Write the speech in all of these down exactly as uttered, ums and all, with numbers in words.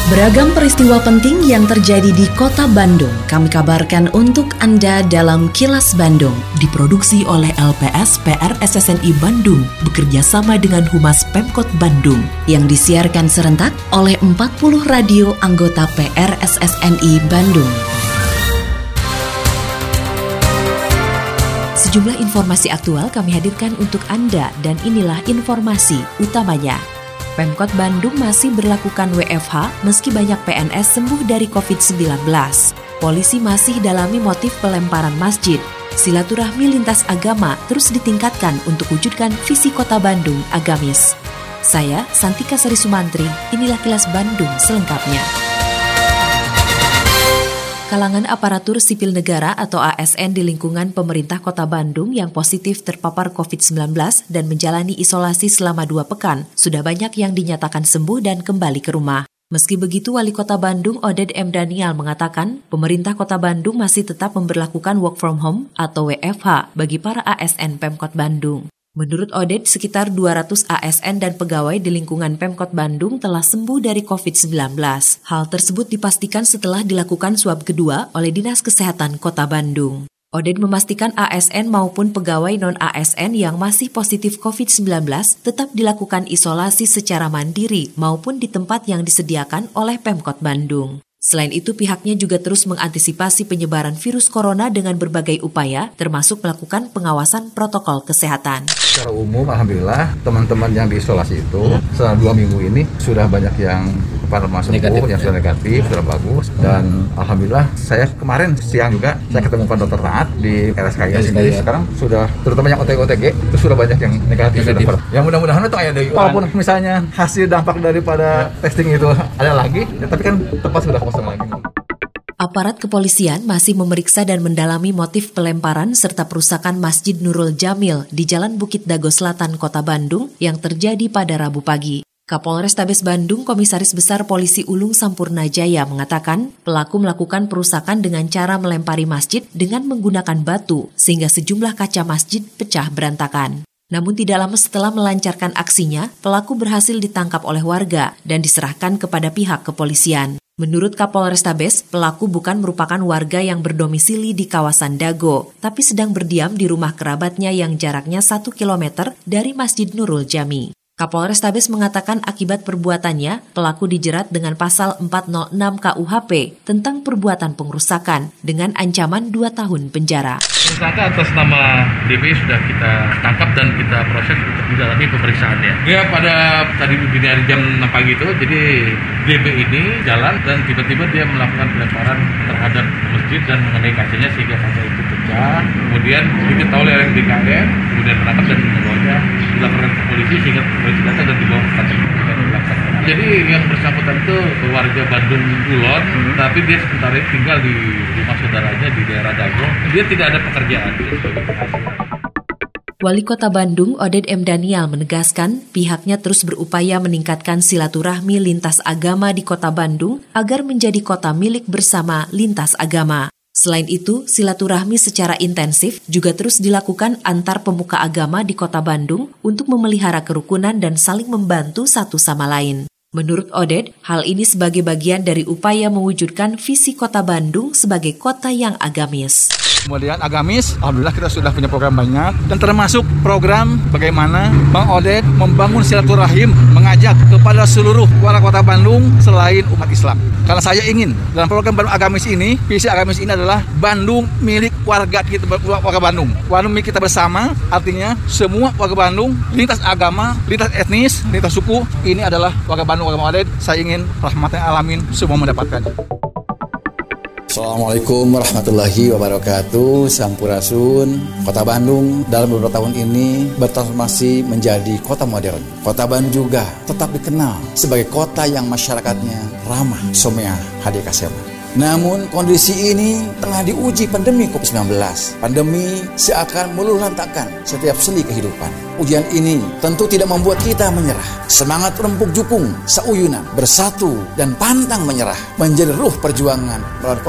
Beragam peristiwa penting yang terjadi di Kota Bandung kami kabarkan untuk Anda dalam Kilas Bandung. Diproduksi oleh L P S P R S S N I Bandung bekerja sama dengan Humas Pemkot Bandung yang disiarkan serentak oleh empat puluh radio anggota P R S S N I Bandung. Sejumlah informasi aktual kami hadirkan untuk Anda dan inilah informasi utamanya. Pemkot Bandung masih berlakukan W F H meski banyak P N S sembuh dari covid sembilan belas. Polisi masih dalami motif pelemparan masjid. Silaturahmi lintas agama terus ditingkatkan untuk wujudkan visi Kota Bandung agamis. Saya, Santika Sari Sumantri, inilah Kilas Bandung selengkapnya. Kalangan aparatur sipil negara atau A S N di lingkungan pemerintah Kota Bandung yang positif terpapar covid sembilan belas dan menjalani isolasi selama dua pekan, sudah banyak yang dinyatakan sembuh dan kembali ke rumah. Meski begitu, Wali Kota Bandung Oded M. Daniel mengatakan, pemerintah Kota Bandung masih tetap memberlakukan work from home atau W F H bagi para A S N Pemkot Bandung. Menurut Oded, sekitar dua ratus A S N dan pegawai di lingkungan Pemkot Bandung telah sembuh dari covid sembilan belas. Hal tersebut dipastikan setelah dilakukan swab kedua oleh Dinas Kesehatan Kota Bandung. Oded memastikan A S N maupun pegawai non-A S N yang masih positif covid sembilan belas tetap dilakukan isolasi secara mandiri maupun di tempat yang disediakan oleh Pemkot Bandung. Selain itu, pihaknya juga terus mengantisipasi penyebaran virus corona dengan berbagai upaya, termasuk melakukan pengawasan protokol kesehatan. Secara umum, alhamdulillah, teman-teman yang diisolasi itu selama dua minggu ini sudah banyak yang sembuh, yang sudah negatif, sudah bagus. Dan alhamdulillah, saya kemarin siang juga saya ketemu Pak Dokter Taat di R S K I sendiri. Sekarang sudah, terutama yang O T G O T G, itu sudah banyak yang negatif. negatif. Yang mudah-mudahan itu ada. Walaupun misalnya hasil dampak daripada testing itu ada lagi, ya, tapi kan tempat sudah kosong lagi. Aparat kepolisian masih memeriksa dan mendalami motif pelemparan serta perusakan Masjid Nurul Jamil di Jalan Bukit Dago Selatan, Kota Bandung yang terjadi pada Rabu pagi. Kapolrestabes Bandung Komisaris Besar Polisi Ulung Sampurna Jaya mengatakan pelaku melakukan perusakan dengan cara melempari masjid dengan menggunakan batu sehingga sejumlah kaca masjid pecah berantakan. Namun tidak lama setelah melancarkan aksinya, pelaku berhasil ditangkap oleh warga dan diserahkan kepada pihak kepolisian. Menurut Kapolrestabes, pelaku bukan merupakan warga yang berdomisili di kawasan Dago, tapi sedang berdiam di rumah kerabatnya yang jaraknya satu kilometer dari Masjid Nurul Jami. Kapolrestabes mengatakan akibat perbuatannya, pelaku dijerat dengan pasal empat nol enam K U H P tentang perbuatan pengerusakan dengan ancaman dua tahun penjara. Tersangka atas nama D B sudah kita tangkap dan kita proses untuk menjalani pemeriksaannya. Ya, pada tadi dini hari jam enam pagi itu, jadi D B ini jalan dan tiba-tiba dia melakukan pelemparan terhadap masjid dan mengenai kacanya sehingga kaca itu pecah. Kemudian diketahui oleh D K M, kemudian menangkap dan membawanya dilaporkan ke polisi sehingga polisi datang dan dibawa ke kantor. Jadi yang bersangkutan itu warga Bandung Kulon, hmm. tapi dia sementara ini tinggal di rumah saudaranya di daerah Dago. Dia tidak ada pekerjaan. Wali Kota Bandung Oded M. Daniel menegaskan pihaknya terus berupaya meningkatkan silaturahmi lintas agama di Kota Bandung agar menjadi kota milik bersama lintas agama. Selain itu, silaturahmi secara intensif juga terus dilakukan antar pemuka agama di Kota Bandung untuk memelihara kerukunan dan saling membantu satu sama lain. Menurut Oded, hal ini sebagai bagian dari upaya mewujudkan visi Kota Bandung sebagai kota yang agamis. Kemudian agamis, alhamdulillah kita sudah punya program banyak dan termasuk program bagaimana Bang Oded membangun silaturahim, mengajak kepada seluruh warga Kota Bandung selain umat Islam. Karena saya ingin dalam program Bandung Agamis ini, visi agamis ini adalah Bandung milik warga kita, warga Bandung. Bandung milik kita bersama, artinya semua warga Bandung, lintas agama, lintas etnis, lintas suku, ini adalah warga Bandung, warga Oded. Saya ingin rahmatan alamin semua mendapatkan. Assalamualaikum warahmatullahi wabarakatuh. Sampurasun. Kota Bandung dalam beberapa tahun ini bertransformasi menjadi kota modern. Kota Bandung juga tetap dikenal sebagai kota yang masyarakatnya ramah, somea, hadi kasema. Namun kondisi ini tengah diuji pandemi covid sembilan belas. Pandemi seakan meluluhlantakkan setiap sendi kehidupan. Ujian ini tentu tidak membuat kita menyerah. Semangat rempuk jukung, sauyunan, bersatu dan pantang menyerah menjadi ruh perjuangan melawan covid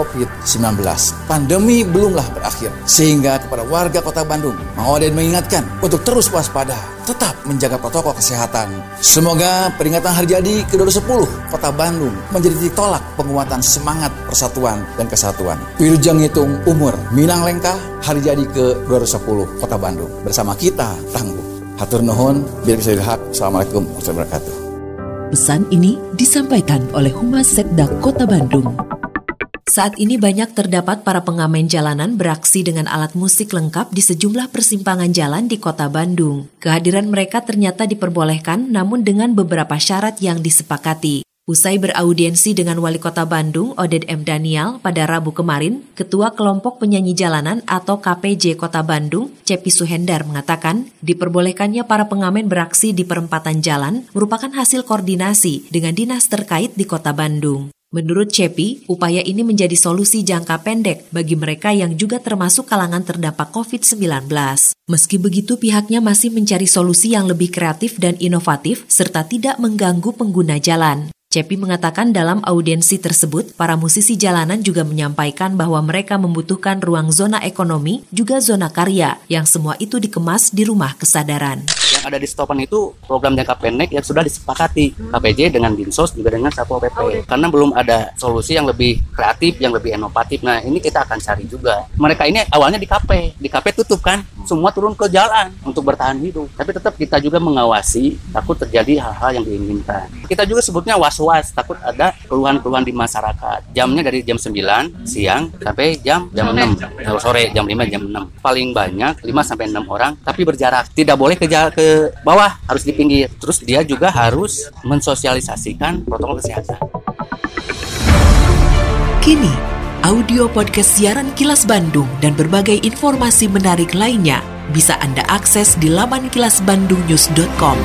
sembilan belas. Pandemi belumlah berakhir, sehingga kepada warga Kota Bandung, Mang Odet mengingatkan untuk terus waspada, tetap menjaga protokol kesehatan. Semoga peringatan hari jadi ke dua ratus sepuluh Kota Bandung menjadi titik tolak penguatan semangat persatuan dan kesatuan. Wilujeng Ngitung Umur Minang Lengkah, hari jadi ke dua ratus sepuluh Kota Bandung. Bersama kita tangguh. Hatur nuhun, biar bisa dilihat. Assalamualaikum warahmatullahi wabarakatuh. Pesan ini disampaikan oleh Humas Sekda Kota Bandung. Saat ini banyak terdapat para pengamen jalanan beraksi dengan alat musik lengkap di sejumlah persimpangan jalan di Kota Bandung. Kehadiran mereka ternyata diperbolehkan, namun dengan beberapa syarat yang disepakati. Usai beraudiensi dengan Wali Kota Bandung, Oded M. Daniel, pada Rabu kemarin, Ketua Kelompok Penyanyi Jalanan atau K P J Kota Bandung, Cepi Suhendar, mengatakan diperbolehkannya para pengamen beraksi di perempatan jalan merupakan hasil koordinasi dengan dinas terkait di Kota Bandung. Menurut Cepi, upaya ini menjadi solusi jangka pendek bagi mereka yang juga termasuk kalangan terdampak covid sembilan belas. Meski begitu, pihaknya masih mencari solusi yang lebih kreatif dan inovatif serta tidak mengganggu pengguna jalan. Cepi mengatakan dalam audiensi tersebut, para musisi jalanan juga menyampaikan bahwa mereka membutuhkan ruang zona ekonomi, juga zona karya, yang semua itu dikemas di rumah kesadaran. Yang ada di stopan itu program jangka pendek yang sudah disepakati K P J dengan Dinsos juga dengan Satpol P P. Karena belum ada solusi yang lebih kreatif, yang lebih inovatif. Nah, ini kita akan cari juga. Mereka ini awalnya di K P, di K P tutup kan, semua turun ke jalan untuk bertahan hidup. Tapi tetap kita juga mengawasi, takut terjadi hal-hal yang diinginkan. Kita juga sebutnya was-was, takut ada keluhan-keluhan di masyarakat. Jamnya dari jam sembilan siang sampai jam jam enam sore, jam lima, jam enam. Paling banyak lima sampai enam orang, tapi berjarak. Tidak boleh ke jalan ke bawah, harus di pinggir. Terus dia juga harus mensosialisasikan protokol kesehatan. Kini, audio podcast siaran Kilas Bandung dan berbagai informasi menarik lainnya bisa Anda akses di laman kilas bandung news dot com.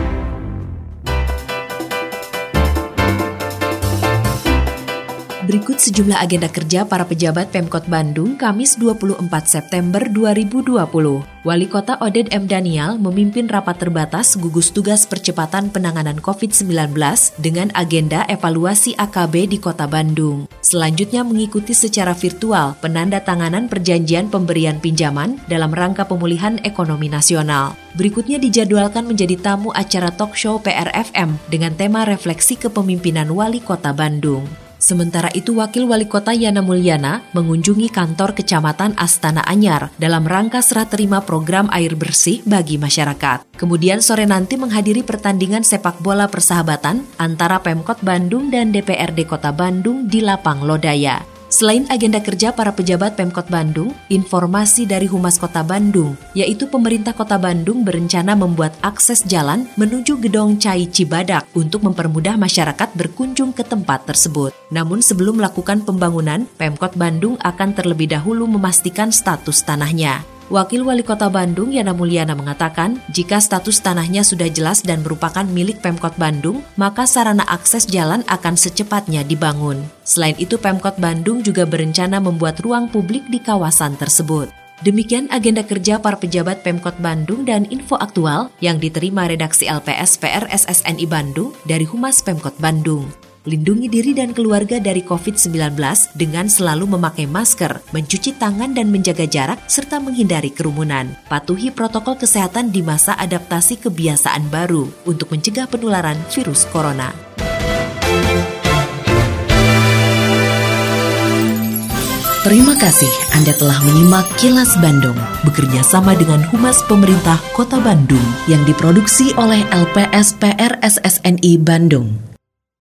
Berikut sejumlah agenda kerja para pejabat Pemkot Bandung Kamis dua puluh empat September dua ribu dua puluh. Wali Kota Oded M. Daniel memimpin rapat terbatas gugus tugas percepatan penanganan covid sembilan belas dengan agenda evaluasi A K B di Kota Bandung. Selanjutnya mengikuti secara virtual penandatanganan perjanjian pemberian pinjaman dalam rangka pemulihan ekonomi nasional. Berikutnya dijadwalkan menjadi tamu acara talk show P R F M dengan tema refleksi kepemimpinan Wali Kota Bandung. Sementara itu, Wakil Wali Kota Yana Mulyana mengunjungi kantor Kecamatan Astana Anyar dalam rangka serah terima program air bersih bagi masyarakat. Kemudian sore nanti menghadiri pertandingan sepak bola persahabatan antara Pemkot Bandung dan D P R D Kota Bandung di Lapang Lodaya. Selain agenda kerja para pejabat Pemkot Bandung, informasi dari Humas Kota Bandung, yaitu pemerintah Kota Bandung berencana membuat akses jalan menuju Gedong Cai Cibadak untuk mempermudah masyarakat berkunjung ke tempat tersebut. Namun sebelum melakukan pembangunan, Pemkot Bandung akan terlebih dahulu memastikan status tanahnya. Wakil Wali Kota Bandung Yana Mulyana mengatakan, jika status tanahnya sudah jelas dan merupakan milik Pemkot Bandung, maka sarana akses jalan akan secepatnya dibangun. Selain itu, Pemkot Bandung juga berencana membuat ruang publik di kawasan tersebut. Demikian agenda kerja para pejabat Pemkot Bandung dan info aktual yang diterima redaksi L P S P R S S N I Bandung dari Humas Pemkot Bandung. Lindungi diri dan keluarga dari covid sembilan belas dengan selalu memakai masker, mencuci tangan dan menjaga jarak, serta menghindari kerumunan. Patuhi protokol kesehatan di masa adaptasi kebiasaan baru untuk mencegah penularan virus corona. Terima kasih Anda telah menyimak Kilas Bandung, bekerja sama dengan Humas Pemerintah Kota Bandung yang diproduksi oleh L P S P R S S N I Bandung.